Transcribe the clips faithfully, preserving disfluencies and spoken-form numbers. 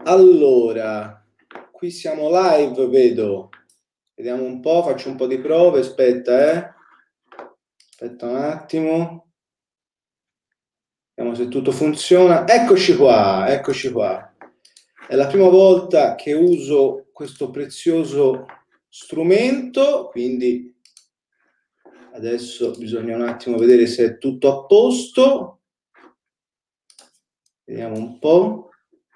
Allora, qui siamo live, vedo. Vediamo un po', faccio un po' di prove, aspetta, eh. Aspetta un attimo. Vediamo se tutto funziona. Eccoci qua, eccoci qua. È la prima volta che uso questo prezioso strumento, quindi adesso bisogna un attimo vedere se è tutto a posto. Vediamo un po'.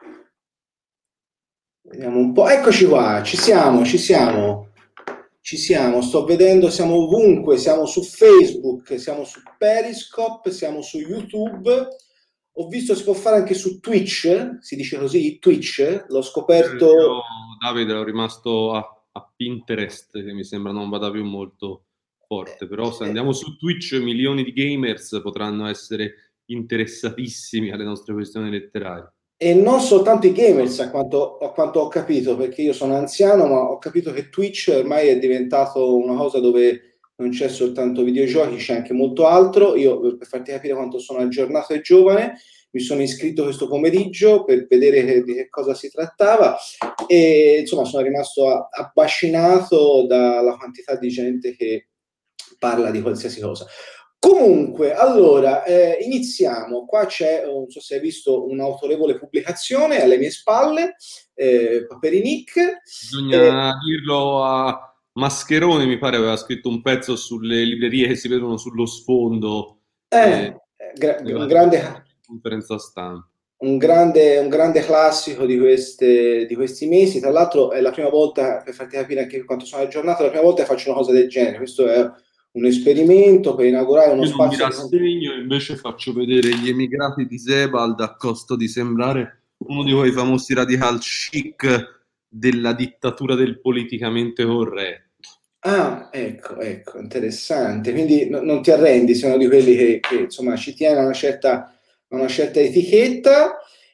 Vediamo un po'. Eccoci qua, ci siamo, ci siamo. Ci siamo, sto vedendo, siamo ovunque, siamo su Facebook, siamo su Periscope, siamo su YouTube. Ho visto si può fare anche su Twitch, si dice così, Twitch, l'ho scoperto. Io, Davide, ero rimasto a, a Pinterest, che mi sembra non vada più molto forte, però se andiamo su Twitch, milioni di gamers potranno essere interessatissimi alle nostre questioni letterarie. E non soltanto i gamers, a quanto, a quanto ho capito, perché io sono anziano, ma ho capito che Twitch ormai è diventato una cosa dove non c'è soltanto videogiochi, c'è anche molto altro. Io, per farti capire quanto sono aggiornato e giovane, mi sono iscritto questo pomeriggio per vedere che- di che cosa si trattava e insomma sono rimasto abbascinato dalla quantità di gente che parla di qualsiasi cosa. Comunque, allora, eh, iniziamo. Qua c'è, non so se hai visto, un'autorevole pubblicazione alle mie spalle, eh, Paperinik. Eh, Bisogna dirlo a Mascheroni, mi pare, aveva scritto un pezzo sulle librerie che si vedono sullo sfondo, eh, eh, gra- della un della grande, conferenza stampa. un grande, un grande classico di, queste, di questi mesi. Tra l'altro è la prima volta, per farti capire anche quanto sono aggiornato, è la prima volta che faccio una cosa del genere. Questo è un esperimento per inaugurare uno Io non mi spazio di... rassegno, invece faccio vedere gli emigrati di Sebald a costo di sembrare uno di quei famosi radical chic della dittatura del politicamente corretto. Ah, ecco, ecco, interessante. Quindi no- non ti arrendi, sei uno di quelli che, che, insomma ci tiene a una certa, a una certa etichetta.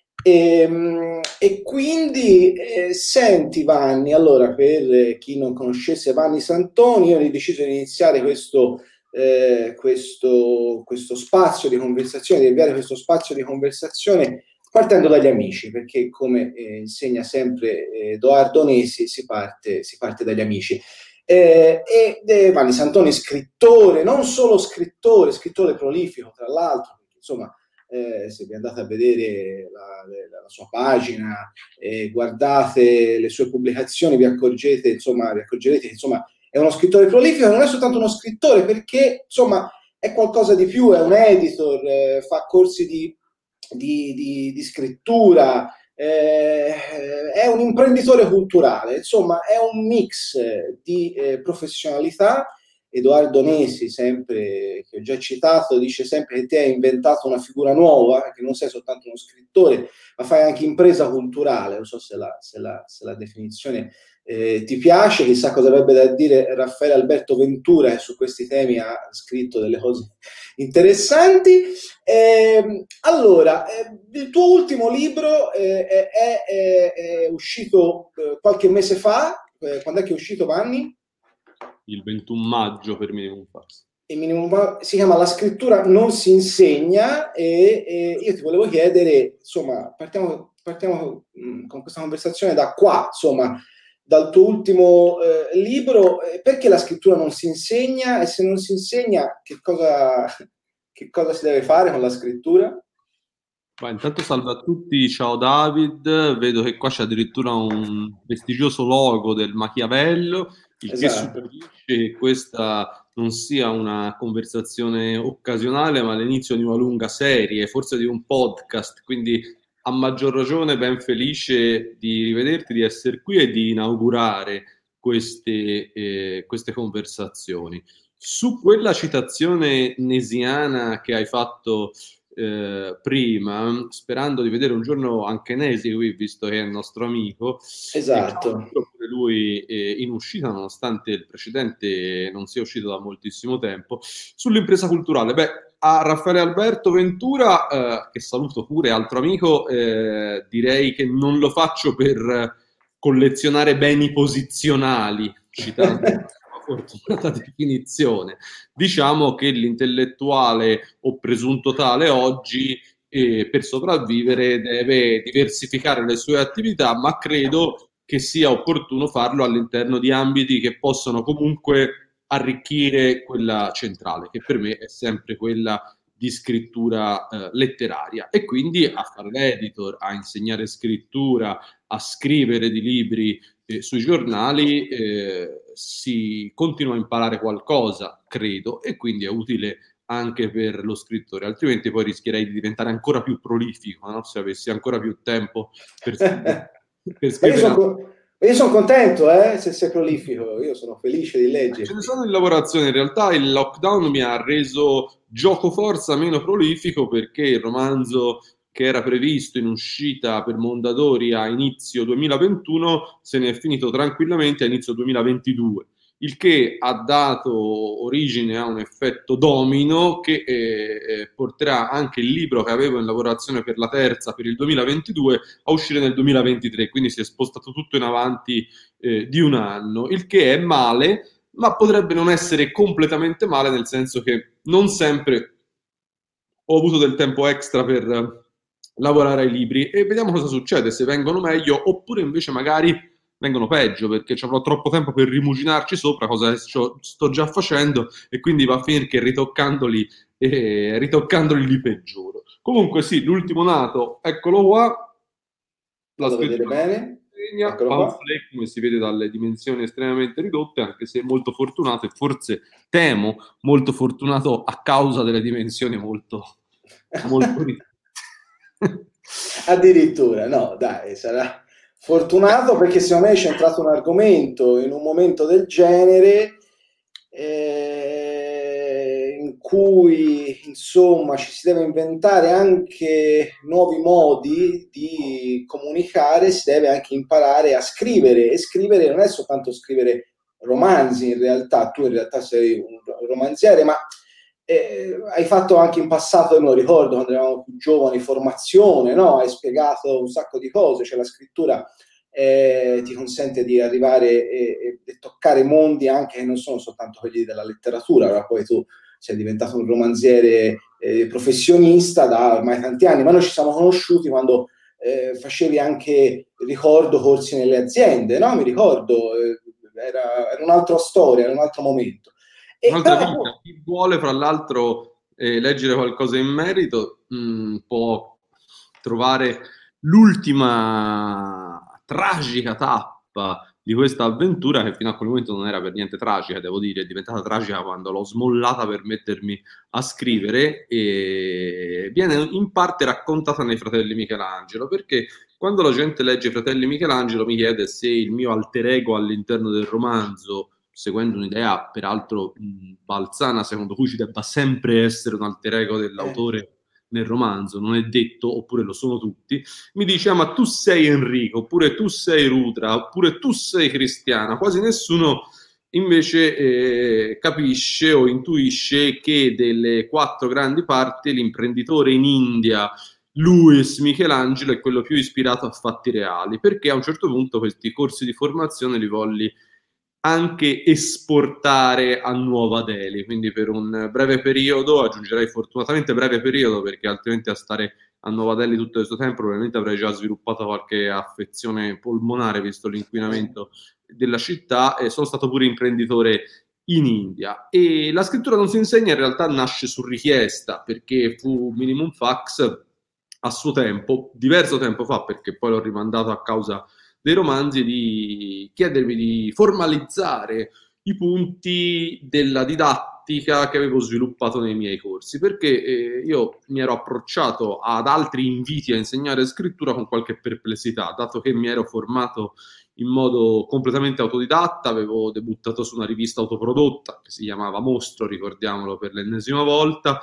E, e quindi eh, senti Vanni, allora per chi non conoscesse Vanni Santoni, io ho deciso di iniziare questo, eh, questo, questo spazio di conversazione, di avviare questo spazio di conversazione partendo dagli amici, perché come eh, insegna sempre eh, Edoardo Nesi, si parte, si parte dagli amici. Eh, e eh, Vanni Santoni, scrittore, non solo scrittore, scrittore prolifico, tra l'altro, perché, insomma, eh, se vi andate a vedere la, la, la sua pagina, eh, guardate le sue pubblicazioni, vi accorgete, insomma, vi accorgerete che insomma, è uno scrittore prolifico, non è soltanto uno scrittore, perché insomma, è qualcosa di più, è un editor, eh, fa corsi di, di, di, di scrittura, eh, è un imprenditore culturale, insomma è un mix di eh, professionalità. Edoardo Nesi, sempre, che ho già citato, dice sempre che te hai inventato una figura nuova, che non sei soltanto uno scrittore, ma fai anche impresa culturale. Non so se la, se la, se la definizione eh, ti piace, chissà cosa avrebbe da dire Raffaele Alberto Ventura, che su questi temi ha scritto delle cose interessanti. Eh, allora, eh, il tuo ultimo libro eh, è, è, è, uscito eh, qualche mese fa. Eh, quando è che è uscito, Vanni? Il ventuno maggio per Minimum Fax. Il minimum, si chiama La scrittura non si insegna e, e io ti volevo chiedere, insomma, partiamo, partiamo mh, con questa conversazione da qua, insomma, dal tuo ultimo eh, libro, eh, perché la scrittura non si insegna e se non si insegna che cosa, che cosa si deve fare con la scrittura? Ma intanto salve a tutti, ciao David, vedo che qua c'è addirittura un prestigioso logo del Machiavello, il che Esatto. suggerisce che questa non sia una conversazione occasionale, ma l'inizio di una lunga serie, forse di un podcast, quindi a maggior ragione ben felice di rivederti, di essere qui e di inaugurare queste, eh, queste conversazioni. Su quella citazione nesiana che hai fatto eh, prima, sperando di vedere un giorno anche Nesi qui, visto che è il nostro amico, e che ha un Esatto. libro pure lui eh, in uscita, nonostante il precedente non sia uscito da moltissimo tempo, sull'impresa culturale. Beh, a Raffaele Alberto Ventura, eh, che saluto pure, altro amico, eh, direi che non lo faccio per collezionare beni posizionali, citando una fortunata definizione. Diciamo che l'intellettuale o presunto tale oggi e per sopravvivere deve diversificare le sue attività, ma credo che sia opportuno farlo all'interno di ambiti che possono comunque arricchire quella centrale, che per me è sempre quella di scrittura eh, letteraria, e quindi a fare l'editor, a insegnare scrittura, a scrivere di libri eh, sui giornali, eh, si continua a imparare qualcosa, credo, e quindi è utile anche per lo scrittore, altrimenti poi rischierei di diventare ancora più prolifico, no? Se avessi ancora più tempo per scrivere. Per Ma io scrivere sono son contento, eh, se sei prolifico, io sono felice di Ce ne leggerti. sono in lavorazione, in realtà il lockdown mi ha reso giocoforza meno prolifico, perché il romanzo che era previsto in uscita per Mondadori a inizio duemilaventuno se ne è finito tranquillamente a inizio duemilaventidue, il che ha dato origine a un effetto domino che eh, porterà anche il libro che avevo in lavorazione per la terza per il duemilaventidue a uscire nel duemilaventitré, quindi si è spostato tutto in avanti eh, di un anno, il che è male, ma potrebbe non essere completamente male, nel senso che non sempre ho avuto del tempo extra per eh, lavorare ai libri, e vediamo cosa succede, se vengono meglio oppure invece magari vengono peggio, perché ci avrò troppo tempo per rimuginarci sopra, cosa che sto già facendo, e quindi va a finire che ritoccandoli, eh, ritoccandoli li peggioro. Comunque sì, l'ultimo nato, eccolo qua, la Vado a vedere scrittura bene. segna, Eccolo qua. pamphlet, come si vede dalle dimensioni estremamente ridotte, anche se molto fortunato, e forse temo molto fortunato a causa delle dimensioni molto, molto ridotte. Addirittura, no, dai, sarà fortunato perché secondo me hai centrato un argomento in un momento del genere eh, in cui insomma ci si deve inventare anche nuovi modi di comunicare, si deve anche imparare a scrivere, e scrivere non è soltanto scrivere romanzi, in realtà tu in realtà sei un romanziere, ma eh, hai fatto anche in passato, me lo ricordo, quando eravamo più giovani, formazione, no? Hai spiegato un sacco di cose, cioè la scrittura eh, ti consente di arrivare e, e toccare mondi anche che non sono soltanto quelli della letteratura. Ora poi tu sei diventato un romanziere eh, professionista da ormai tanti anni, ma noi ci siamo conosciuti quando eh, facevi anche, ricordo, corsi nelle aziende, no? Mi ricordo, eh, era, era un'altra storia, era un altro momento. E Un'altra però, vita. Chi vuole, fra l'altro, eh, leggere qualcosa in merito, mh, può trovare l'ultima tragica tappa di questa avventura, che fino a quel momento non era per niente tragica, devo dire, è diventata tragica quando l'ho smollata per mettermi a scrivere, e viene in parte raccontata nei Fratelli Michelangelo, perché quando la gente legge i Fratelli Michelangelo mi chiede se il mio alter ego all'interno del romanzo, seguendo un'idea peraltro mh, balzana, secondo cui ci debba sempre essere un alter ego eh, dell'autore nel romanzo, non è detto, oppure lo sono tutti, mi dice: ah, ma tu sei Enrico, oppure tu sei Rutra, oppure tu sei Cristiana. Quasi nessuno invece eh, capisce o intuisce che delle quattro grandi parti l'imprenditore in India Louis Michelangelo è quello più ispirato a fatti reali, perché a un certo punto questi corsi di formazione li volli anche esportare a Nuova Delhi, quindi per un breve periodo, aggiungerei fortunatamente breve periodo, perché altrimenti a stare a Nuova Delhi tutto questo tempo probabilmente avrei già sviluppato qualche affezione polmonare, visto l'inquinamento della città, e sono stato pure imprenditore in India. E la scrittura non si insegna, in realtà nasce su richiesta, perché fu Minimum Fax a suo tempo, diverso tempo fa, perché poi l'ho rimandato a causa dei romanzi, di chiedermi di formalizzare i punti della didattica che avevo sviluppato nei miei corsi, perché eh, io mi ero approcciato ad altri inviti a insegnare scrittura con qualche perplessità, dato che mi ero formato in modo completamente autodidatta, avevo debuttato su una rivista autoprodotta che si chiamava Mostro, ricordiamolo per l'ennesima volta,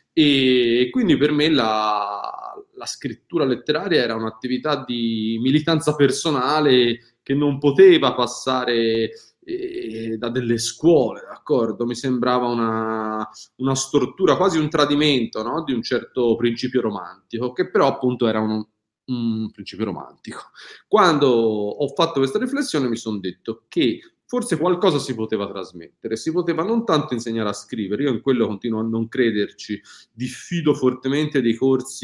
e quindi per me la, la scrittura letteraria era un'attività di militanza personale che non poteva passare eh, da delle scuole, d'accordo? Mi sembrava una, una stortura, quasi un tradimento, no? Di un certo principio romantico, che però appunto era un, un principio romantico. Quando ho fatto questa riflessione mi sono detto che forse qualcosa si poteva trasmettere, si poteva non tanto insegnare a scrivere, io in quello continuo a non crederci, diffido fortemente dei corsi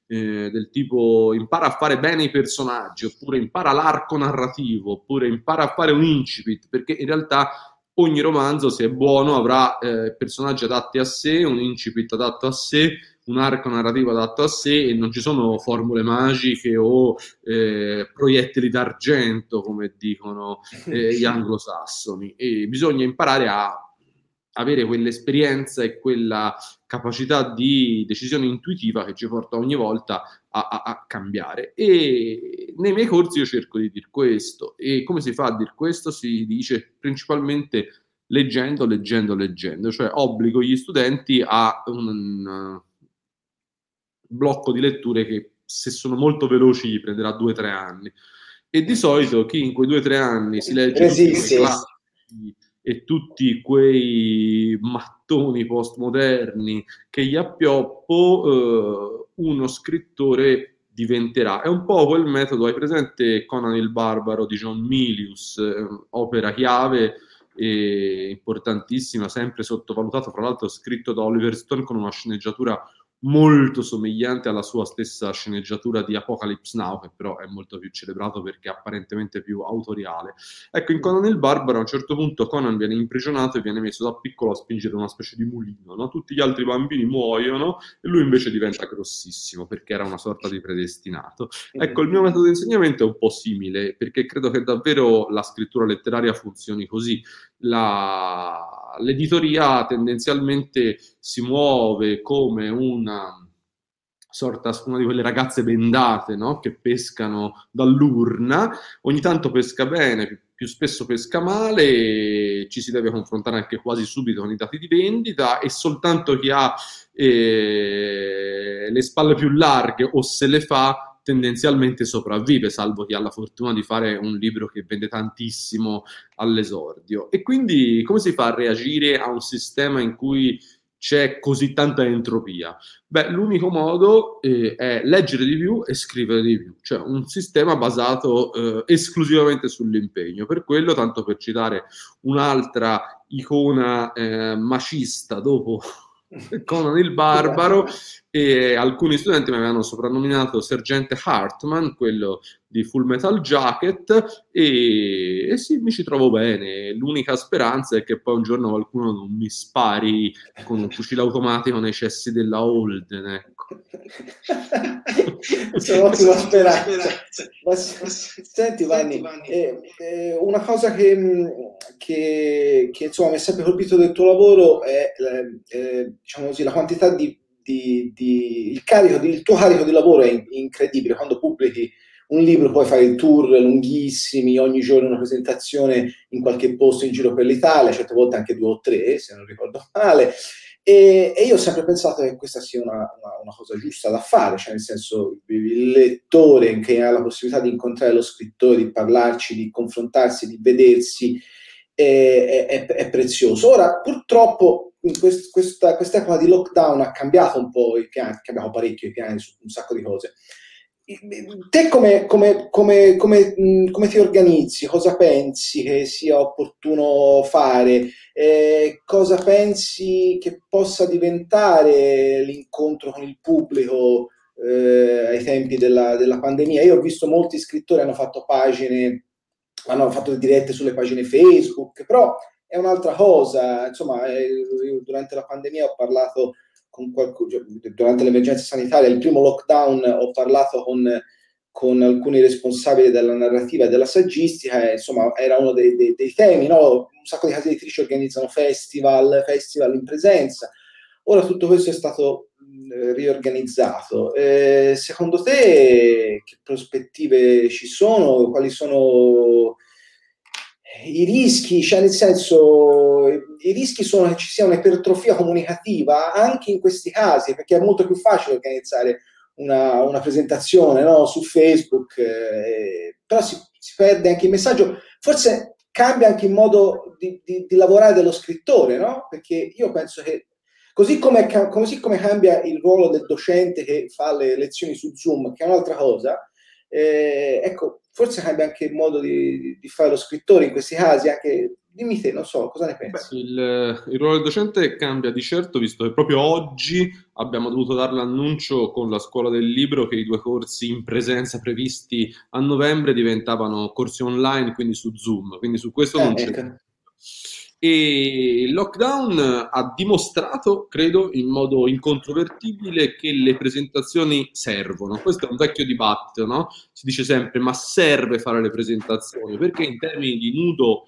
eh, del tipo impara a fare bene i personaggi, oppure impara l'arco narrativo, oppure impara a fare un incipit, perché in realtà ogni romanzo, se è buono, avrà eh, personaggi adatti a sé, un incipit adatto a sé, un arco narrativo adatto a sé, e non ci sono formule magiche o eh, proiettili d'argento, come dicono eh, gli anglosassoni. E bisogna imparare a avere quell'esperienza e quella capacità di decisione intuitiva che ci porta ogni volta a, a, a cambiare. E nei miei corsi io cerco di dire questo. E come si fa a dire questo? Si dice principalmente leggendo, leggendo, leggendo, cioè obbligo gli studenti a un, un blocco di letture che, se sono molto veloci, gli prenderà due o tre anni. E di solito chi in quei due o tre anni si legge tutti quei classici e tutti quei mattoni postmoderni che gli appioppo, eh, uno scrittore diventerà. È un po' quel metodo, hai presente Conan il Barbaro di John Milius, eh, opera chiave e importantissima, sempre sottovalutato, fra l'altro scritto da Oliver Stone con una sceneggiatura molto somigliante alla sua stessa sceneggiatura di Apocalypse Now, che però è molto più celebrato perché è apparentemente più autoriale. Ecco, in Conan il Barbaro a un certo punto Conan viene imprigionato e viene messo da piccolo a spingere una specie di mulino, no? Tutti gli altri bambini muoiono e lui invece diventa grossissimo perché era una sorta di predestinato. Ecco, il mio metodo di insegnamento è un po' simile, perché credo che davvero la scrittura letteraria funzioni così. La, l'editoria tendenzialmente si muove come una sorta, una di quelle ragazze bendate, no? Che pescano dall'urna, ogni tanto pesca bene, più spesso pesca male, ci si deve confrontare anche quasi subito con i dati di vendita, e soltanto chi ha eh, le spalle più larghe o se le fa tendenzialmente sopravvive, salvo chi ha la fortuna di fare un libro che vende tantissimo all'esordio. E quindi come si fa a reagire a un sistema in cui c'è così tanta entropia? Beh, l'unico modo eh, è leggere di più e scrivere di più, cioè un sistema basato eh, esclusivamente sull'impegno. Per quello, tanto per citare un'altra icona eh, macista dopo Conan il Barbaro, e alcuni studenti mi avevano soprannominato Sergente Hartman, quello di Full Metal Jacket, e, e sì, mi ci trovo bene. L'unica speranza è che poi un giorno qualcuno non mi spari con un fucile automatico nei cessi della Holden, ecco. Sono ottima speranza. Ma senti, Vanni, eh, eh, una cosa che, che, che insomma mi è sempre colpito del tuo lavoro è eh, diciamo così, la quantità di, di, di il carico di, il tuo carico di lavoro è incredibile. Quando pubblichi un libro poi fai tour lunghissimi, ogni giorno una presentazione in qualche posto in giro per l'Italia, certe volte anche due o tre, se non ricordo male. E, e io ho sempre pensato che questa sia una, una, una cosa giusta da fare, cioè nel senso il lettore che ha la possibilità di incontrare lo scrittore, di parlarci, di confrontarsi, di vedersi, è, è, è prezioso. Ora, purtroppo, in quest, questa quest'epoca di lockdown ha cambiato un po' i piani, cambiato parecchio i piani su un sacco di cose. Te come, come, come, come, come ti organizzi? Cosa pensi che sia opportuno fare? Eh, cosa pensi che possa diventare l'incontro con il pubblico eh, ai tempi della, della pandemia? Io ho visto molti scrittori hanno fatto pagine, hanno fatto dirette sulle pagine Facebook, però è un'altra cosa. Insomma, eh, io durante la pandemia ho parlato con qualcuno, durante l'emergenza sanitaria, il primo lockdown, ho parlato con, con alcuni responsabili della narrativa e della saggistica, e insomma era uno dei, dei, dei temi, no? Un sacco di case editrici organizzano festival, festival in presenza. Ora tutto questo è stato eh, riorganizzato. Eh, secondo te che prospettive ci sono? Quali sono i rischi? Cioè, nel senso, i rischi sono che ci sia un'ipertrofia comunicativa anche in questi casi, perché è molto più facile organizzare una, una presentazione, no? Su Facebook, eh, però si, si perde anche il messaggio. Forse cambia anche il modo di, di, di lavorare dello scrittore, no? Perché io penso che così come, così come cambia il ruolo del docente che fa le lezioni su Zoom, che è un'altra cosa, eh, ecco, forse cambia anche il modo di, di fare lo scrittore in questi casi, anche dimmi te, non so, cosa ne Beh, pensi? il, il ruolo del docente cambia di certo, visto che proprio oggi abbiamo dovuto dare l'annuncio con la scuola del libro che i due corsi in presenza previsti a novembre diventavano corsi online, quindi su Zoom, quindi su questo Ah, non c'è. ecco. E il lockdown ha dimostrato, credo, in modo incontrovertibile che le presentazioni servono. Questo è un vecchio dibattito, no? Si dice sempre, ma serve fare le presentazioni? Perché in termini di nudo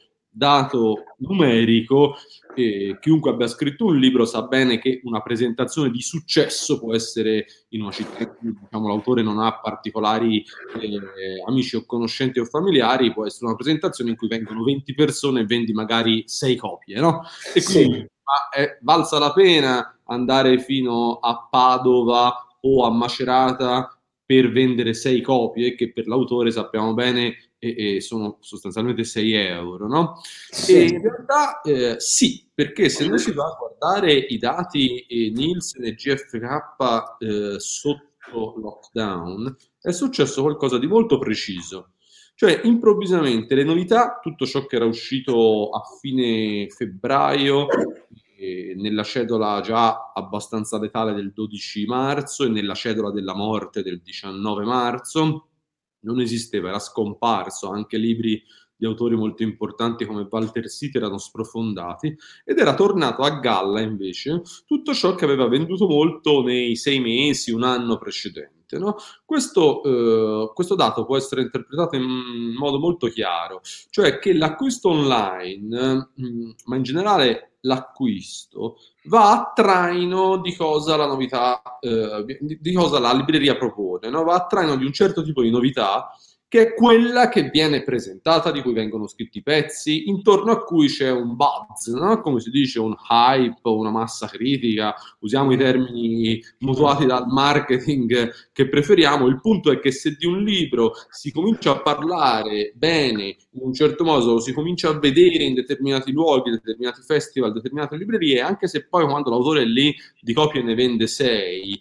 dato numerico, eh, chiunque abbia scritto un libro sa bene che una presentazione di successo può essere in una città in cui, diciamo, l'autore non ha particolari eh, amici o conoscenti o familiari, può essere una presentazione in cui vengono venti persone e vendi magari sei copie, no? E quindi Sì, ma è, valsa la pena andare fino a Padova o a Macerata per vendere sei copie, che per l'autore sappiamo bene e, e sono sostanzialmente sei euro, no? E in sì. realtà eh, sì, perché se noi si va a guardare i dati eh, Nielsen e G F K eh, sotto lockdown, è successo qualcosa di molto preciso. Cioè, improvvisamente le novità, tutto ciò che era uscito a fine febbraio, eh, nella cedola già abbastanza letale del dodici marzo e nella cedola della morte del diciannove marzo, non esisteva, era scomparso, anche libri di autori molto importanti come Walter Sitter erano sprofondati ed era tornato a galla invece tutto ciò che aveva venduto molto nei sei mesi, un anno precedente. No? Questo, eh, questo dato può essere interpretato in modo molto chiaro, cioè che l'acquisto online, mh, ma in generale l'acquisto, va a traino di cosa la novità, eh, di, di cosa la libreria propone, no? Va a traino di un certo tipo di novità che è quella che viene presentata, di cui vengono scritti pezzi, intorno a cui c'è un buzz, no? Come si dice, un hype, una massa critica, usiamo i termini mutuati dal marketing che preferiamo. Il punto è che se di un libro si comincia a parlare bene, in un certo modo, lo si comincia a vedere in determinati luoghi, in determinati festival, in determinate librerie, anche se poi quando l'autore è lì di copie ne vende sei,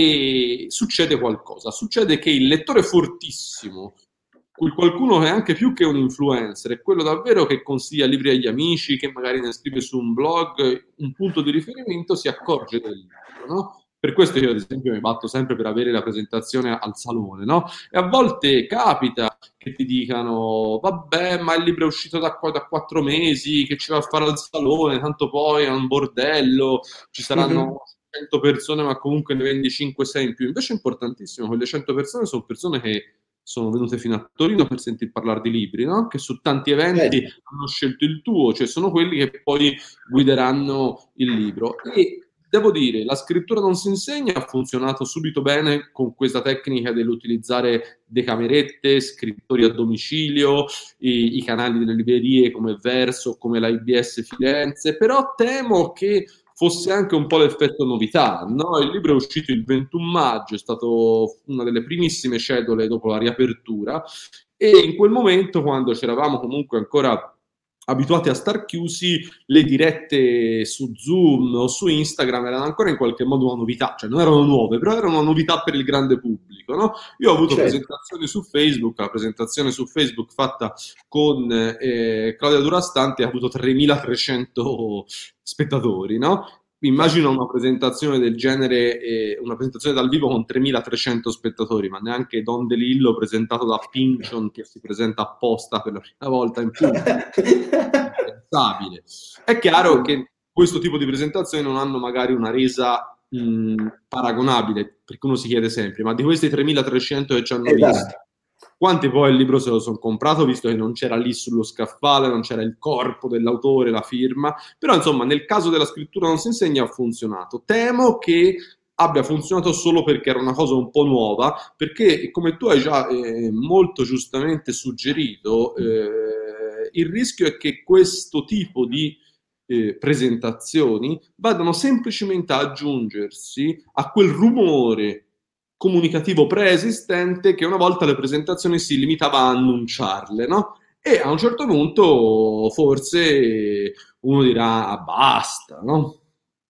e succede qualcosa. Succede che il lettore fortissimo, quel qualcuno che è anche più che un influencer, è quello davvero che consiglia libri agli amici, che magari ne scrive su un blog, un punto di riferimento, si accorge del libro, no? Per questo io, ad esempio, mi batto sempre per avere la presentazione al salone, no? E a volte capita che ti dicano, vabbè, ma il libro è uscito da, qua, da quattro mesi, che ci va a fare al salone, tanto poi è un bordello, ci Mhm. saranno cento persone, ma comunque ne vendi cinque sei in più. Invece è importantissimo, quelle cento persone sono persone che sono venute fino a Torino per sentir parlare di libri, no? Che su tanti eventi Certo. hanno scelto il tuo, cioè sono quelli che poi guideranno il libro. E devo dire, la scrittura non si insegna, ha funzionato subito bene con questa tecnica dell'utilizzare decamerette, scrittori a domicilio, i, i canali delle librerie come Verso, come l'I B S Firenze, però temo che fosse anche un po' l'effetto novità, no? Il libro è uscito il ventuno maggio, è stato una delle primissime cedole dopo la riapertura e in quel momento, quando c'eravamo comunque ancora abituati a star chiusi, le dirette su Zoom o su Instagram erano ancora in qualche modo una novità, cioè non erano nuove, però erano una novità per il grande pubblico, no? Io ho avuto Certo. presentazioni su Facebook, la presentazione su Facebook fatta con eh, Claudia Durastante ha avuto tremilatrecento spettatori, no? Immagino una presentazione del genere, eh, una presentazione dal vivo con tremilatrecento spettatori, ma neanche Don DeLillo presentato da Pinchon che si presenta apposta per la prima volta in pubblico. Impensabile. È chiaro che questo tipo di presentazioni non hanno magari una resa mh, paragonabile, perché uno si chiede sempre, ma di questi tremilatrecento che ci hanno visto, Esatto. quanti poi il libro se lo sono comprato, visto che non c'era lì sullo scaffale, non c'era il corpo dell'autore, la firma, però insomma nel caso della scrittura non si insegna ha funzionato. Temo che abbia funzionato solo perché era una cosa un po' nuova, perché come tu hai già eh, molto giustamente suggerito, eh, il rischio è che questo tipo di eh, presentazioni vadano semplicemente a aggiungersi a quel rumore comunicativo preesistente che una volta le presentazioni si limitava a annunciarle, no? E a un certo punto forse uno dirà "Ah, basta, no?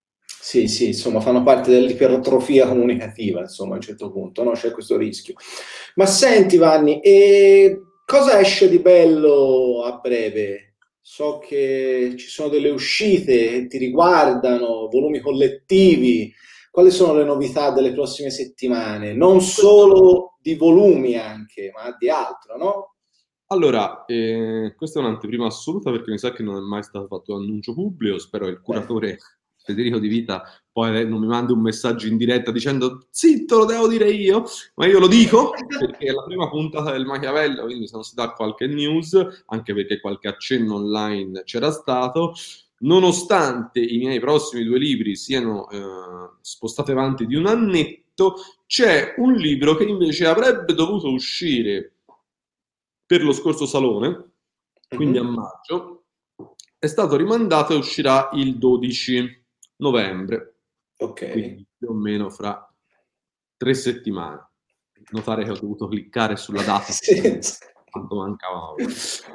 Sì, sì, insomma, fanno parte dell'ipertrofia comunicativa, insomma, a un certo punto, no? C'è questo rischio. Ma senti, Vanni, e cosa esce di bello a breve so che ci sono delle uscite che ti riguardano, volumi collettivi. Quali sono le novità delle prossime settimane? Non solo di volumi anche, ma di altro, no? Allora, eh, questa è un'anteprima assoluta perché mi sa che non è mai stato fatto annuncio pubblico. Spero che il Beh, curatore Federico Di Vita poi non mi mandi un messaggio in diretta dicendo zitto, lo devo dire io, ma io lo dico perché è la prima puntata del Machiavello, quindi se non si dà qualche news, anche perché qualche accenno online c'era stato, nonostante i miei prossimi due libri siano eh, spostati avanti di un annetto, c'è un libro che invece avrebbe dovuto uscire per lo scorso salone, quindi a mhm. maggio, è stato rimandato e uscirà il dodici novembre, Ok. quindi più o meno fra tre settimane. Notare che ho dovuto cliccare sulla data Sì. quanto mancava ora.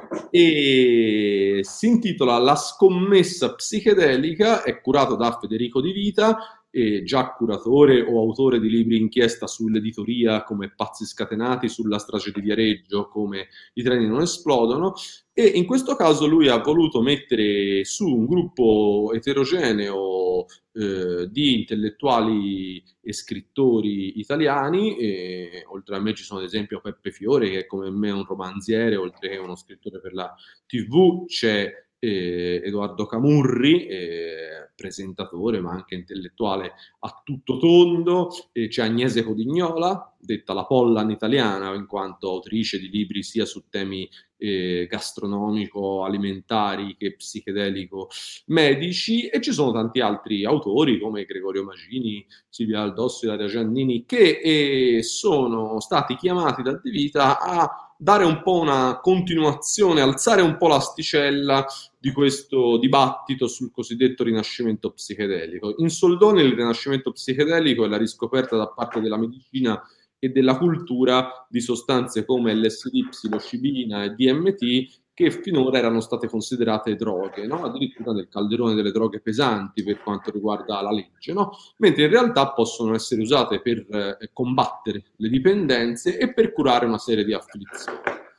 E si intitola La scommessa psichedelica, è curato da Federico Di Vita, e già curatore o autore di libri inchiesta sull'editoria come Pazzi Scatenati, sulla strage di Viareggio come I treni non esplodono, e in questo caso lui ha voluto mettere su un gruppo eterogeneo eh, di intellettuali e scrittori italiani, e oltre a me ci sono ad esempio Peppe Fiore, che è come me un romanziere, oltre che uno scrittore per la T V, c'è eh, Edoardo Camurri, eh, presentatore ma anche intellettuale a tutto tondo, e c'è Agnese Codignola, detta la Pollan italiana, in quanto autrice di libri sia su temi eh, gastronomico-alimentari che psichedelico-medici, e ci sono tanti altri autori come Gregorio Magini, Silvia Aldossi, Daria Giannini, che eh, sono stati chiamati da De Vita a dare un po' una continuazione, alzare un po' l'asticella di questo dibattito sul cosiddetto rinascimento psichedelico. In soldoni il rinascimento psichedelico è la riscoperta da parte della medicina e della cultura di sostanze come L S D, psilocibina e D M T, che finora erano state considerate droghe, no? Addirittura nel calderone delle droghe pesanti per quanto riguarda la legge, no? Mentre in realtà possono essere usate per eh, combattere le dipendenze e per curare una serie di afflizioni.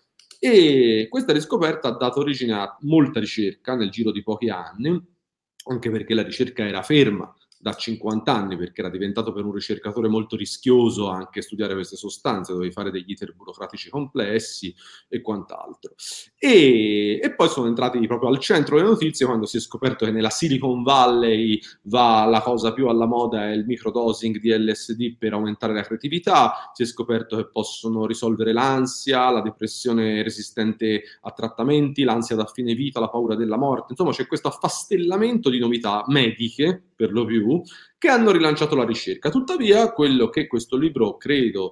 E questa riscoperta ha dato origine a molta ricerca nel giro di pochi anni, anche perché la ricerca era ferma da cinquanta anni, perché era diventato per un ricercatore molto rischioso anche studiare queste sostanze, dovevi fare degli iter burocratici complessi e quant'altro. E, e poi sono entrati proprio al centro delle notizie quando si è scoperto che nella Silicon Valley va la cosa più alla moda, è il microdosing di L S D per aumentare la creatività, si è scoperto che possono risolvere l'ansia, la depressione resistente a trattamenti, l'ansia da fine vita, la paura della morte, insomma c'è questo affastellamento di novità mediche, per lo più, che hanno rilanciato la ricerca. Tuttavia, quello che questo libro credo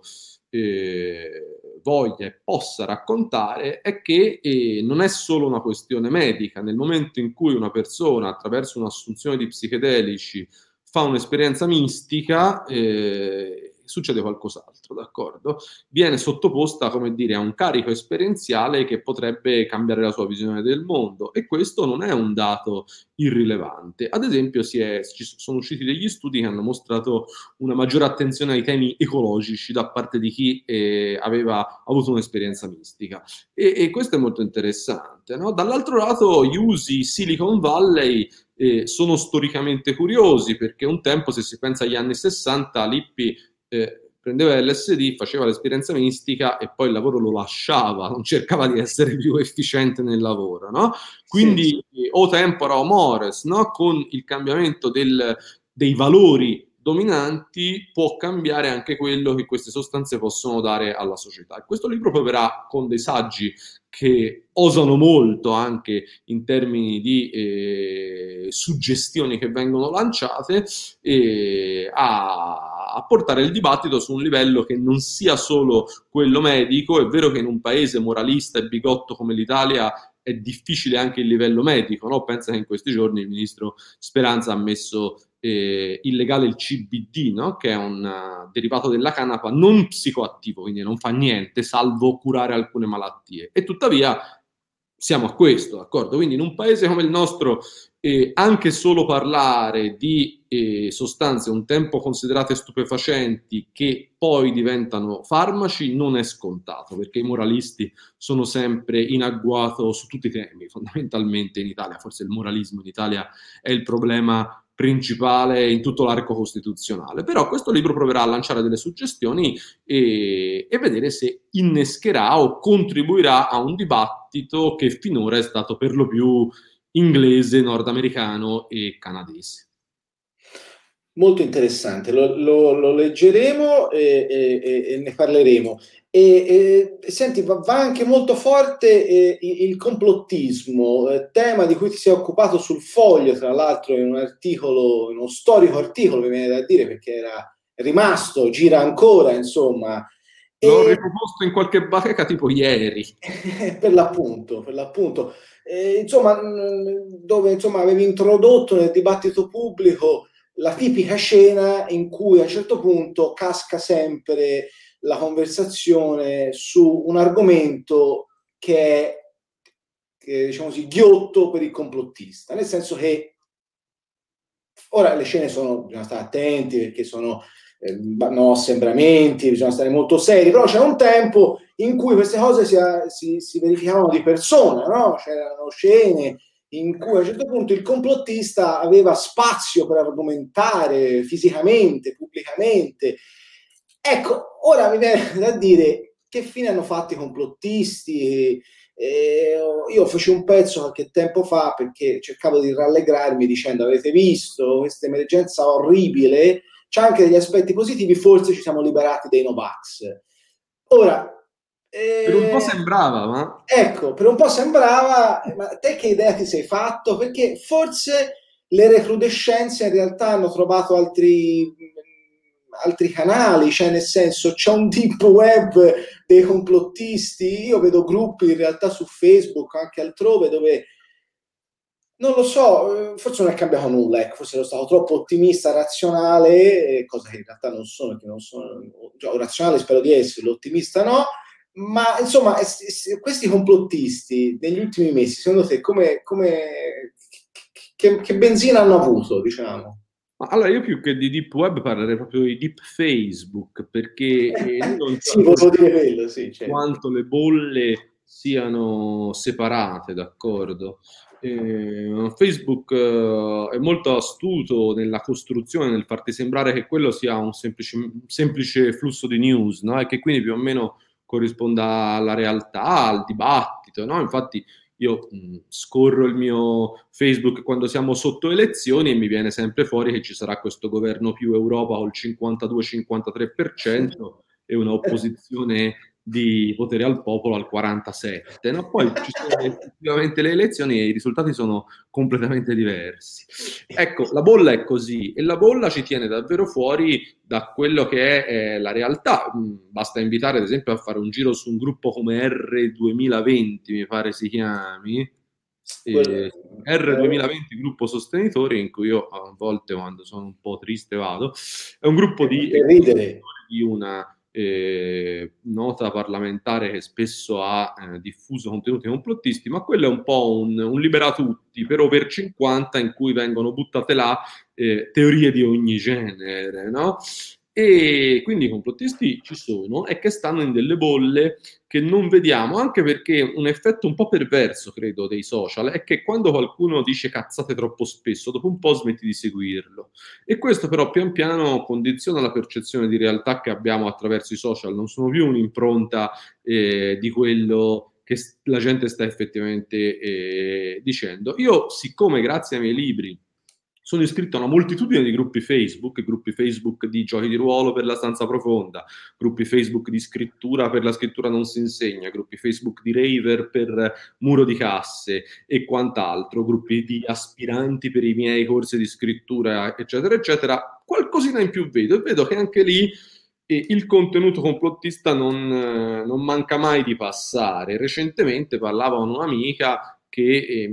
eh, voglia e possa raccontare è che eh, non è solo una questione medica. Nel momento in cui una persona, attraverso un'assunzione di psichedelici, fa un'esperienza mistica, eh, succede qualcos'altro, d'accordo? Viene sottoposta, come dire, a un carico esperienziale che potrebbe cambiare la sua visione del mondo, e questo non è un dato irrilevante. Ad esempio, si è, ci sono usciti degli studi che hanno mostrato una maggiore attenzione ai temi ecologici da parte di chi eh, aveva avuto un'esperienza mistica. E, e questo è molto interessante, no? Dall'altro lato, gli usi Silicon Valley eh, sono storicamente curiosi, perché un tempo, se si pensa agli anni sessanta, Lippi eh, prendeva L S D, faceva l'esperienza mistica e poi il lavoro lo lasciava, non cercava di essere più efficiente nel lavoro, no? Sì, Quindi eh, o tempora o mores, no? Con il cambiamento del, dei valori dominanti può cambiare anche quello che queste sostanze possono dare alla società. E questo libro proverà con dei saggi che osano molto anche in termini di eh, suggestioni che vengono lanciate, eh, a, a portare il dibattito su un livello che non sia solo quello medico. È vero che in un paese moralista e bigotto come l'Italia è difficile anche il livello medico, no? Pensa che in questi giorni il ministro Speranza ha messo eh, illegale il C B D, no? Che è un uh, derivato della canapa non psicoattivo, quindi non fa niente, salvo curare alcune malattie. E tuttavia siamo a questo, d'accordo? Quindi in un paese come il nostro E anche solo parlare di eh, sostanze un tempo considerate stupefacenti che poi diventano farmaci non è scontato, perché i moralisti sono sempre in agguato su tutti i temi, fondamentalmente in Italia. Forse il moralismo in Italia è il problema principale in tutto l'arco costituzionale. Però questo libro proverà a lanciare delle suggestioni e, e vedere se innescherà o contribuirà a un dibattito che finora è stato per lo più inglese, nordamericano e canadese. Molto interessante, lo, lo- lo leggeremo e, e- e ne parleremo. E, e, senti, va, va anche molto forte eh, il, il complottismo, eh, tema di cui ti sei occupato sul Foglio, tra l'altro in un articolo, in uno storico articolo, mi viene da dire, perché era rimasto, gira ancora, insomma. L'ho E, riproposto in qualche bacheca tipo ieri. per l'appunto, per l'appunto. Eh, insomma, mh, dove insomma, avevi introdotto nel dibattito pubblico la tipica scena in cui a un certo punto casca sempre la conversazione su un argomento che è, che, diciamo così, ghiotto per il complottista, nel senso che ora le scene sono, bisogna stare attenti perché sono eh, no, assembramenti, bisogna stare molto seri, però c'è un tempo in cui queste cose si, si, si verificavano di persona, no? C'erano scene in cui a un certo punto il complottista aveva spazio per argomentare fisicamente, pubblicamente. Ecco, ora mi viene da dire che fine hanno fatto i complottisti. Eh, io feci un pezzo qualche tempo fa perché cercavo di rallegrarmi dicendo avete visto questa emergenza orribile, c'è anche degli aspetti positivi, forse ci siamo liberati dei Novax. Ora, Per un po' eh, sembrava, ma ecco, per un po' sembrava, ma te che idea ti sei fatto? Perché forse le recrudescenze in realtà hanno trovato altri, altri canali, cioè nel senso c'è un deep web dei complottisti, io vedo gruppi in realtà su Facebook, anche altrove, dove non lo so, forse non è cambiato nulla, ecco, forse ero stato troppo ottimista, razionale, cosa che in realtà non sono, che non sono, cioè, razionale spero di essere, l'ottimista no, ma insomma, es- es- questi complottisti negli ultimi mesi, secondo te, come, come- che, che benzina hanno avuto, diciamo? Ma allora io più che di deep web parlerei proprio di deep Facebook, perché eh, noi non Sì, volevo dire quello, sì, certo. quanto le bolle siano separate, d'accordo? Eh, Facebook eh, è molto astuto nella costruzione, nel farti sembrare che quello sia un semplice, semplice flusso di news, no? E che quindi più o meno corrisponda alla realtà, al dibattito, no? Infatti io mh, scorro il mio Facebook quando siamo sotto elezioni e mi viene sempre fuori che ci sarà questo governo più Europa col cinquantadue-cinquantatré per cento e una opposizione di potere al popolo al quarantasette, no? Poi ci sono effettivamente le elezioni e i risultati sono completamente diversi. Ecco, la bolla è così e la bolla ci tiene davvero fuori da quello che è eh, la realtà. Mm, Basta invitare, ad esempio, a fare un giro su un gruppo come R duemilaventi, mi pare si chiami, Quello- eh, R duemilaventi, gruppo sostenitori, in cui io a volte quando sono un po' triste vado, è un gruppo di per ridere. di una eh, nota parlamentare che spesso ha eh, diffuso contenuti complottisti, ma quello è un po' un, un liberatutti per over cinquanta in cui vengono buttate là eh, teorie di ogni genere, no? E quindi i complottisti ci sono e che stanno in delle bolle che non vediamo, anche perché un effetto un po' perverso, credo, dei social è che quando qualcuno dice cazzate troppo spesso, dopo un po' smetti di seguirlo. E questo però pian piano condiziona la percezione di realtà che abbiamo attraverso i social, non sono più un'impronta eh, di quello che la gente sta effettivamente eh, dicendo. Io, siccome grazie ai miei libri sono iscritto a una moltitudine di gruppi Facebook, gruppi Facebook di giochi di ruolo per la stanza profonda, gruppi Facebook di scrittura per la scrittura non si insegna, gruppi Facebook di raver per muro di casse e quant'altro, gruppi di aspiranti per i miei corsi di scrittura, eccetera, eccetera. Qualcosina in più vedo e vedo che anche lì eh, il contenuto complottista non, eh, non manca mai di passare. Recentemente parlavo con un'amica che eh,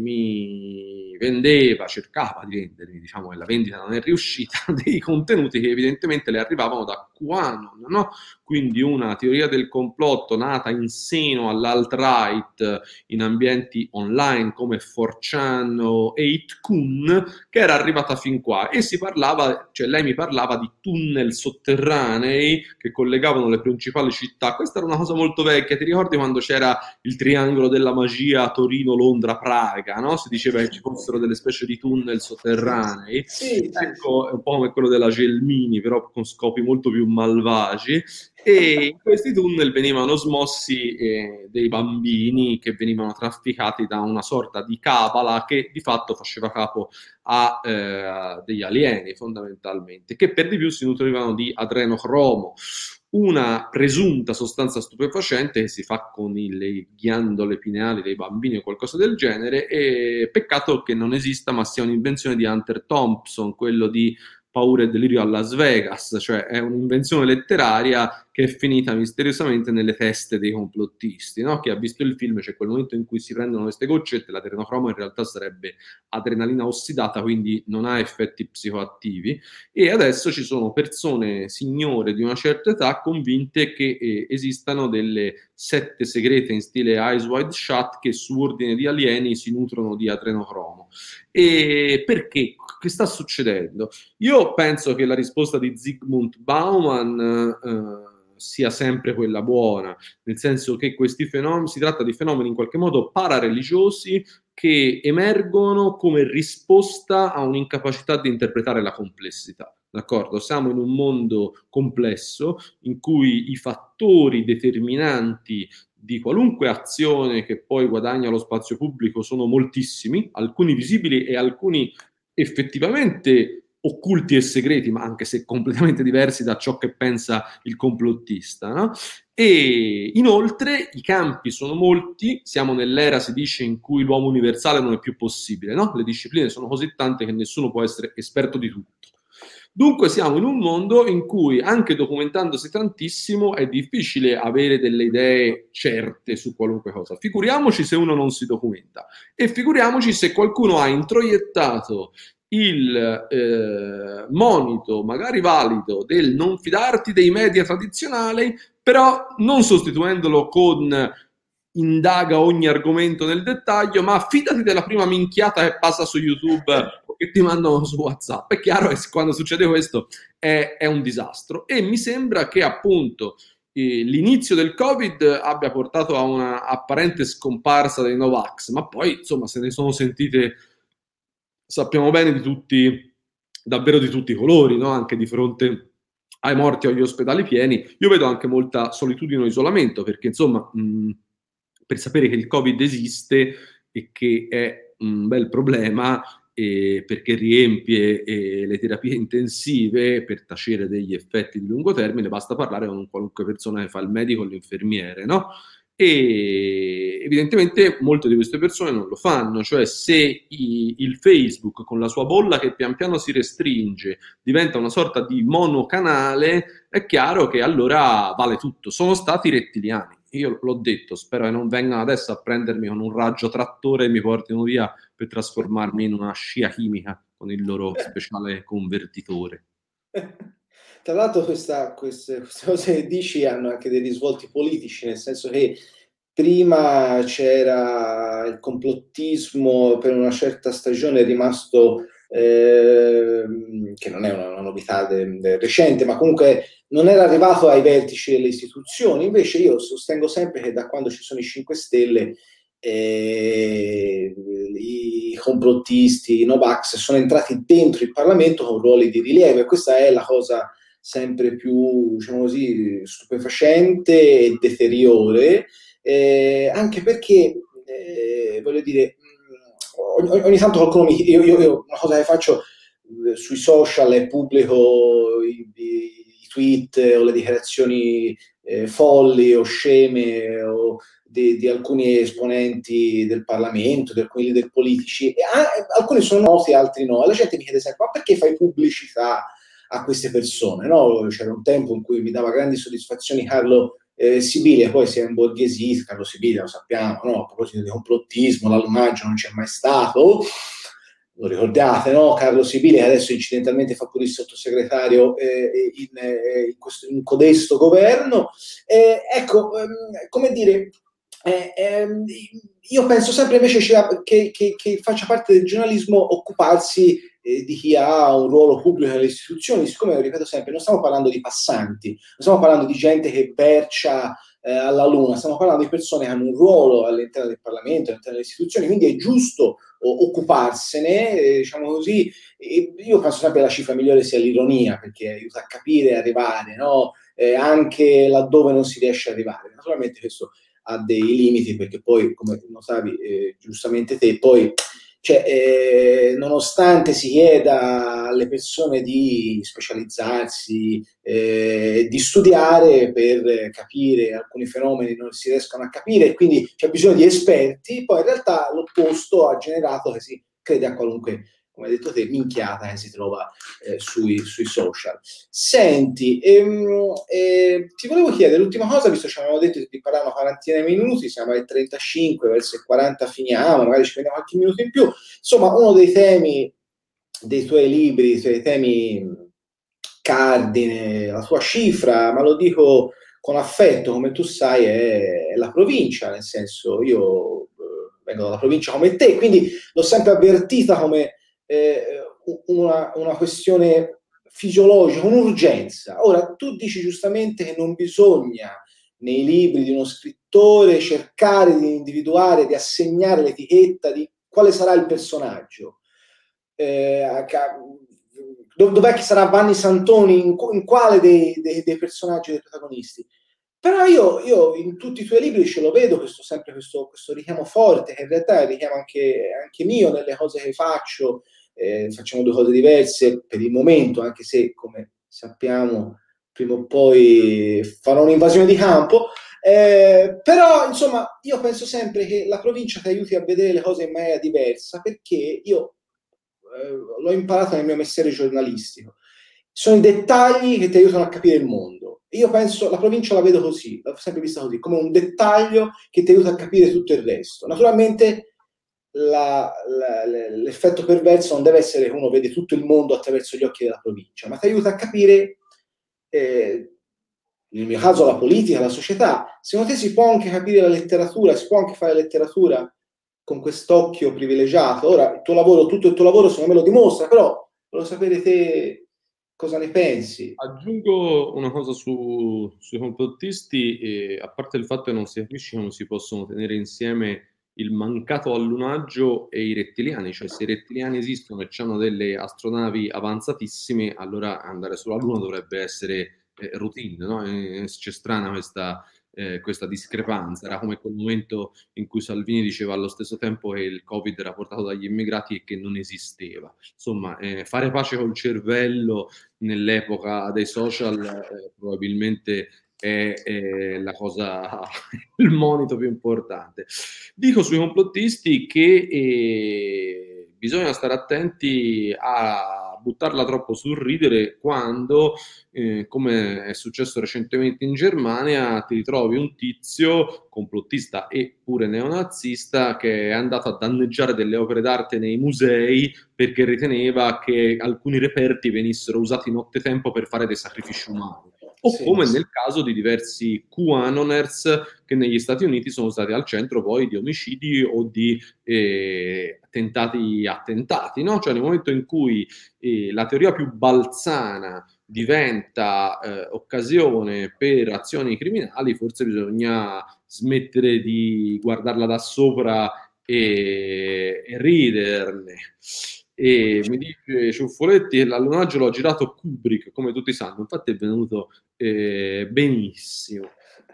mi vendeva, cercava di vendermi, diciamo che la vendita non è riuscita, dei contenuti che evidentemente le arrivavano da QAnon, no? quindi una teoria del complotto nata in seno all'alt-right in ambienti online come four chan o eight kun, che era arrivata fin qua, e si parlava, cioè lei mi parlava di tunnel sotterranei che collegavano le principali città. Questa era una cosa molto vecchia, ti ricordi quando c'era il triangolo della magia Torino, Londra, Praga, no? Si diceva che ci fossero delle specie di tunnel sotterranei. Sì, Ecco, è un po' come quello della Gelmini, però con scopi molto più malvagi. E in questi tunnel venivano smossi eh, dei bambini che venivano trafficati da una sorta di cabala che di fatto faceva capo a eh, degli alieni fondamentalmente, che per di più si nutrivano di adrenocromo, una presunta sostanza stupefacente che si fa con il- le ghiandole pineali dei bambini o qualcosa del genere, e peccato che non esista ma sia un'invenzione di Hunter Thompson, quello di Paura e delirio a Las Vegas, cioè è un'invenzione letteraria che è finita misteriosamente nelle teste dei complottisti, no? Chi ha visto il film c'è quel momento in cui si prendono queste goccette, l'adrenocromo in realtà sarebbe adrenalina ossidata, quindi non ha effetti psicoattivi, e adesso ci sono persone, signore di una certa età, convinte che eh, esistano delle sette segrete in stile Eyes Wide Shut che su ordine di alieni si nutrono di adrenocromo. E perché? Che sta succedendo? Io penso che la risposta di Zygmunt Bauman eh, sia sempre quella buona, nel senso che questi fenomeni, si tratta di fenomeni in qualche modo parareligiosi che emergono come risposta a un'incapacità di interpretare la complessità. D'accordo? Siamo in un mondo complesso in cui i fattori determinanti di qualunque azione che poi guadagna lo spazio pubblico sono moltissimi, alcuni visibili e alcuni effettivamente occulti e segreti, ma anche se completamente diversi da ciò che pensa il complottista, no? E inoltre i campi sono molti, siamo nell'era, si dice, in cui l'uomo universale non è più possibile, no? Le discipline sono così tante che nessuno può essere esperto di tutto. Dunque siamo in un mondo in cui, anche documentandosi tantissimo, è difficile avere delle idee certe su qualunque cosa. Figuriamoci se uno non si documenta, e figuriamoci se qualcuno ha introiettato il eh, monito, magari valido, del non fidarti dei media tradizionali, però non sostituendolo con indaga ogni argomento nel dettaglio, ma fidati della prima minchiata che passa su YouTube che ti mandano su WhatsApp. È chiaro che quando succede questo è, è un disastro, e mi sembra che appunto eh, l'inizio del Covid abbia portato a una apparente scomparsa dei Novax, ma poi insomma se ne sono sentite, sappiamo bene, di tutti, davvero di tutti i colori, no? Anche di fronte ai morti o agli ospedali pieni. Io vedo anche molta solitudine o isolamento, perché insomma mh, per sapere che il Covid esiste e che è un bel problema, eh, perché riempie eh, le terapie intensive, per tacere degli effetti di lungo termine basta parlare con qualunque persona che fa il medico o l'infermiere, no? E evidentemente molte di queste persone non lo fanno, cioè se i, il Facebook con la sua bolla che pian piano si restringe diventa una sorta di monocanale, è chiaro che allora vale tutto. Sono stati rettiliani, io l'ho detto, spero che non vengano adesso a prendermi con un raggio trattore e mi portino via per trasformarmi in una scia chimica con il loro speciale convertitore. Tra l'altro questa, queste, queste cose che dici hanno anche dei risvolti politici, nel senso che prima c'era il complottismo, per una certa stagione è rimasto, eh, che non è una, una novità de, de recente, ma comunque non era arrivato ai vertici delle istituzioni. Invece io sostengo sempre che da quando ci sono i cinque Stelle eh, i complottisti, i Novax sono entrati dentro il Parlamento con ruoli di rilievo, e questa è la cosa sempre più, diciamo così, stupefacente e deteriore, eh, anche perché, eh, voglio dire, ogni, ogni tanto qualcuno mi io, io, io una cosa che faccio eh, sui social è pubblico i, i, i tweet o le dichiarazioni eh, folli o sceme o di, di alcuni esponenti del Parlamento, di alcuni leader politici, e ah, alcuni sono noti, altri no, e la gente mi chiede sempre: ma perché fai pubblicità a queste persone? No? C'era un tempo in cui mi dava grandi soddisfazioni Carlo eh, Sibilia, poi si è imborghesito. Carlo Sibilia, lo sappiamo, no? A proposito di complottismo, l'allumaggio non c'è mai stato, lo ricordate, no? Carlo Sibili, che adesso incidentalmente fa pure il sottosegretario eh, in, eh, in, questo, in codesto governo. Eh, ecco, ehm, come dire, eh, ehm, io penso sempre invece che, che, che faccia parte del giornalismo occuparsi eh, di chi ha un ruolo pubblico nelle istituzioni, siccome, lo ripeto sempre, non stiamo parlando di passanti, non stiamo parlando di gente che bercia eh, alla luna, stiamo parlando di persone che hanno un ruolo all'interno del Parlamento, all'interno delle istituzioni, quindi è giusto occuparsene, eh, diciamo così. E io penso sempre che la cifra migliore sia l'ironia, perché aiuta a capire e arrivare, no? Eh, anche laddove non si riesce ad arrivare. Naturalmente questo ha dei limiti, perché poi, come notavi eh, giustamente te, poi cioè, eh, nonostante si chieda alle persone di specializzarsi, eh, di studiare per capire alcuni fenomeni non si riescono a capire, e quindi c'è bisogno di esperti, poi in realtà l'opposto ha generato che si crede a qualunque, come hai detto te, minchiata che si trova eh, sui, sui social. Senti, ehm, eh, ti volevo chiedere l'ultima cosa, visto che ci avevamo detto di parlare una quarantina di minuti, siamo ai trentacinque, verso i quaranta finiamo, magari ci prendiamo qualche minuto in più. Insomma, uno dei temi dei tuoi libri, dei tuoi temi cardine, la tua cifra, ma lo dico con affetto, come tu sai, è la provincia, nel senso, io eh, vengo dalla provincia come te, quindi l'ho sempre avvertita come eh, una, una questione fisiologica, un'urgenza. Ora, tu dici giustamente che non bisogna nei libri di uno scrittore cercare di individuare, di assegnare l'etichetta di quale sarà il personaggio. Eh, dov'è che sarà Vanni Santoni, in, in quale dei, dei, dei personaggi, dei protagonisti. Però io, io in tutti i tuoi libri ce lo vedo questo, sempre questo, questo richiamo forte, che in realtà è il richiamo anche, anche mio nelle cose che faccio. Eh, facciamo due cose diverse per il momento, anche se, come sappiamo, prima o poi farò un'invasione di campo. Eh, però, insomma, io penso sempre che la provincia ti aiuti a vedere le cose in maniera diversa, perché io eh, l'ho imparato nel mio mestiere giornalistico. Sono i dettagli che ti aiutano a capire il mondo. Io penso, la provincia la vedo così, l'ho sempre vista così, come un dettaglio che ti aiuta a capire tutto il resto. Naturalmente la, la, l'effetto perverso non deve essere che uno vede tutto il mondo attraverso gli occhi della provincia, ma ti aiuta a capire, eh, nel mio caso, la politica, la società. Secondo te si può anche capire la letteratura, si può anche fare letteratura con quest'occhio privilegiato? Ora, il tuo lavoro, tutto il tuo lavoro secondo me lo dimostra, però volevo sapere te cosa ne pensi. Aggiungo una cosa su, sui complottisti, e, a parte il fatto che non si capisce come si possono tenere insieme il mancato allunaggio e i rettiliani, cioè se i rettiliani esistono e hanno delle astronavi avanzatissime, allora andare sulla Luna dovrebbe essere eh, routine, no? E, c'è strana questa, eh, questa discrepanza, era come quel momento in cui Salvini diceva allo stesso tempo che il Covid era portato dagli immigrati e che non esisteva. Insomma, eh, fare pace col cervello nell'epoca dei social eh, probabilmente è, è la cosa, il monito più importante. Dico sui complottisti che eh, bisogna stare attenti a buttarla troppo sul ridere quando, eh, come è successo recentemente in Germania, ti ritrovi un tizio complottista e pure neonazista che è andato a danneggiare delle opere d'arte nei musei perché riteneva che alcuni reperti venissero usati nottetempo per fare dei sacrifici umani. O Sì, come nel caso di diversi QAnoners che negli Stati Uniti sono stati al centro poi di omicidi o di eh, tentati attentati, no? Cioè nel momento in cui eh, la teoria più balzana diventa eh, occasione per azioni criminali, forse bisogna smettere di guardarla da sopra e, e riderne. E mi dice Ciuffoletti che l'allunaggio l'ha girato Kubrick, come tutti sanno, infatti è venuto eh, benissimo.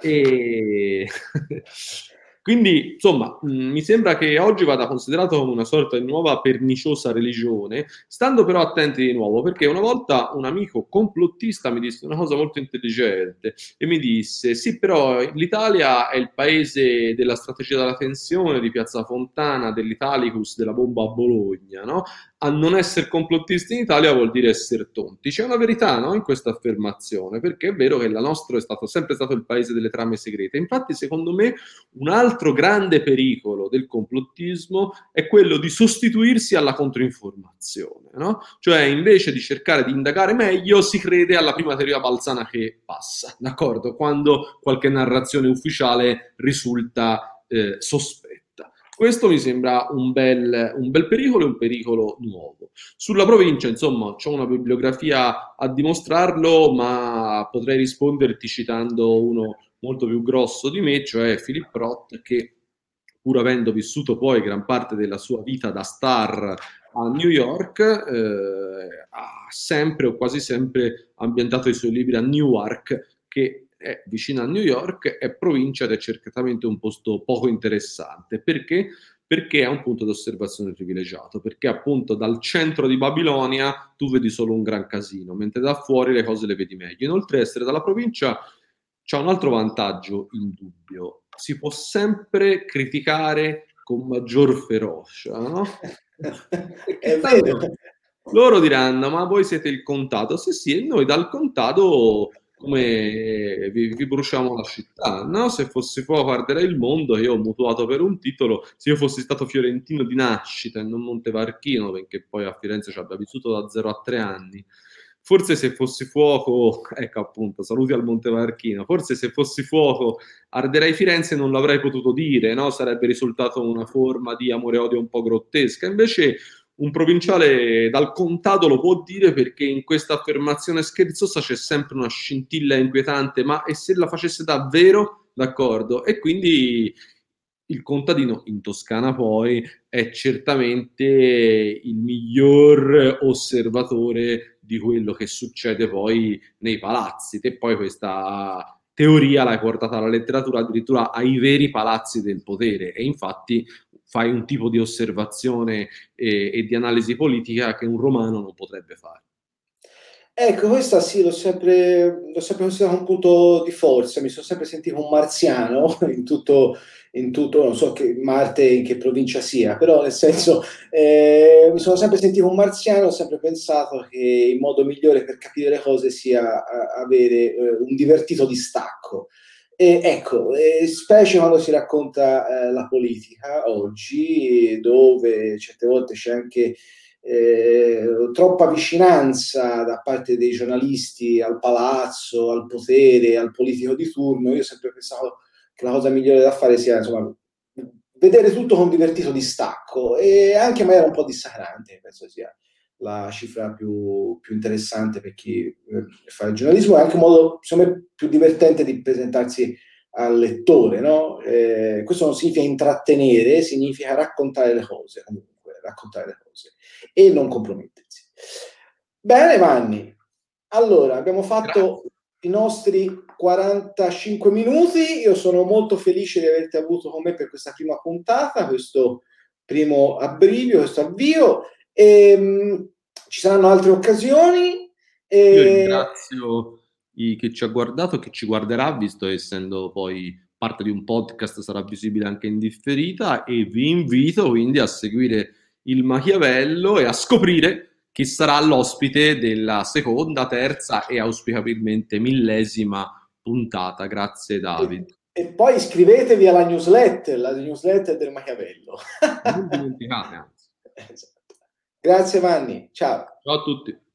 E quindi, insomma, mh, mi sembra che oggi vada considerato come una sorta di nuova perniciosa religione, stando però attenti di nuovo, perché una volta un amico complottista mi disse una cosa molto intelligente e mi disse: sì, però l'Italia è il paese della strategia della tensione, di Piazza Fontana, dell'Italicus, della bomba a Bologna, no? a non essere complottisti in Italia vuol dire essere tonti. C'è una verità, no, in questa affermazione, perché è vero che la nostra è stato sempre stato il paese delle trame segrete. Infatti, secondo me, un altro grande pericolo del complottismo è quello di sostituirsi alla controinformazione, no? Cioè, invece di cercare di indagare meglio, si crede alla prima teoria balzana che passa, d'accordo? Quando qualche narrazione ufficiale risulta eh, sospetta. Questo mi sembra un bel, un bel pericolo e un pericolo nuovo. Sulla provincia, insomma, c'ho una bibliografia a dimostrarlo, ma potrei risponderti citando uno molto più grosso di me, cioè Philip Roth, che pur avendo vissuto poi gran parte della sua vita da star a New York, eh, ha sempre o quasi sempre ambientato i suoi libri a Newark, che è vicino a New York, è provincia ed è certamente un posto poco interessante. Perché? Perché è un punto di osservazione privilegiato, perché appunto dal centro di Babilonia tu vedi solo un gran casino, mentre da fuori le cose le vedi meglio. Inoltre essere dalla provincia c'ha un altro vantaggio indubbio: si può sempre criticare con maggior ferocia, no? Perché È tanto vero. loro diranno, ma voi siete il contado? Sì, sì, e noi dal contado come vi, vi bruciamo la città, no? Se fossi fuoco arderei il mondo, che io ho mutuato per un titolo, se io fossi stato fiorentino di nascita e non montevarchino, perché poi a Firenze ci abbia vissuto da zero a tre anni, forse se fossi fuoco, ecco appunto, saluti al Montevarchino, forse se fossi fuoco arderei Firenze e non l'avrei potuto dire, no? Sarebbe risultato una forma di amore e odio un po' grottesca. Invece un provinciale dal contado lo può dire, perché in questa affermazione scherzosa c'è sempre una scintilla inquietante, ma e se la facesse davvero? D'accordo? E quindi il contadino in Toscana poi è certamente il miglior osservatore di quello che succede poi nei palazzi. Te poi questa teoria l'hai portata alla letteratura addirittura ai veri palazzi del potere, e infatti fai un tipo di osservazione e, e di analisi politica che un romano non potrebbe fare. Ecco, questa sì, l'ho sempre, l'ho sempre considerato un punto di forza, mi sono sempre sentito un marziano in tutto, in tutto, non so che Marte in che provincia sia, però nel senso, eh, mi sono sempre sentito un marziano, ho sempre pensato che il modo migliore per capire le cose sia a- avere eh, un divertito distacco. E ecco, eh, specie quando si racconta eh, la politica oggi, dove certe volte c'è anche eh, troppa vicinanza da parte dei giornalisti al palazzo, al potere, al politico di turno. Io ho sempre pensato che la cosa migliore da fare sia, insomma, vedere tutto con divertito distacco e anche magari un po' dissacrante, penso sia la cifra più, più interessante per chi eh, fa il giornalismo. È anche un modo, secondo me, più divertente di presentarsi al lettore, no? Eh, questo non significa intrattenere, significa raccontare le cose, comunque, raccontare le cose e non compromettersi. Bene, Vanni. Allora, abbiamo fatto Grazie. i nostri quarantacinque minuti. Io sono molto felice di averti avuto con me per questa prima puntata, questo primo abbrivio, questo avvio. E, mh, ci saranno altre occasioni. Io E... ringrazio i- chi ci ha guardato, chi ci guarderà, visto essendo poi parte di un podcast, sarà visibile anche in differita, e vi invito quindi a seguire il Machiavello e a scoprire chi sarà l'ospite della seconda, terza e auspicabilmente millesima puntata. Grazie E, David. e poi iscrivetevi alla newsletter, la newsletter del Machiavello. Non dimenticate, anzi. Esatto. Grazie Vanni, ciao. Ciao a tutti.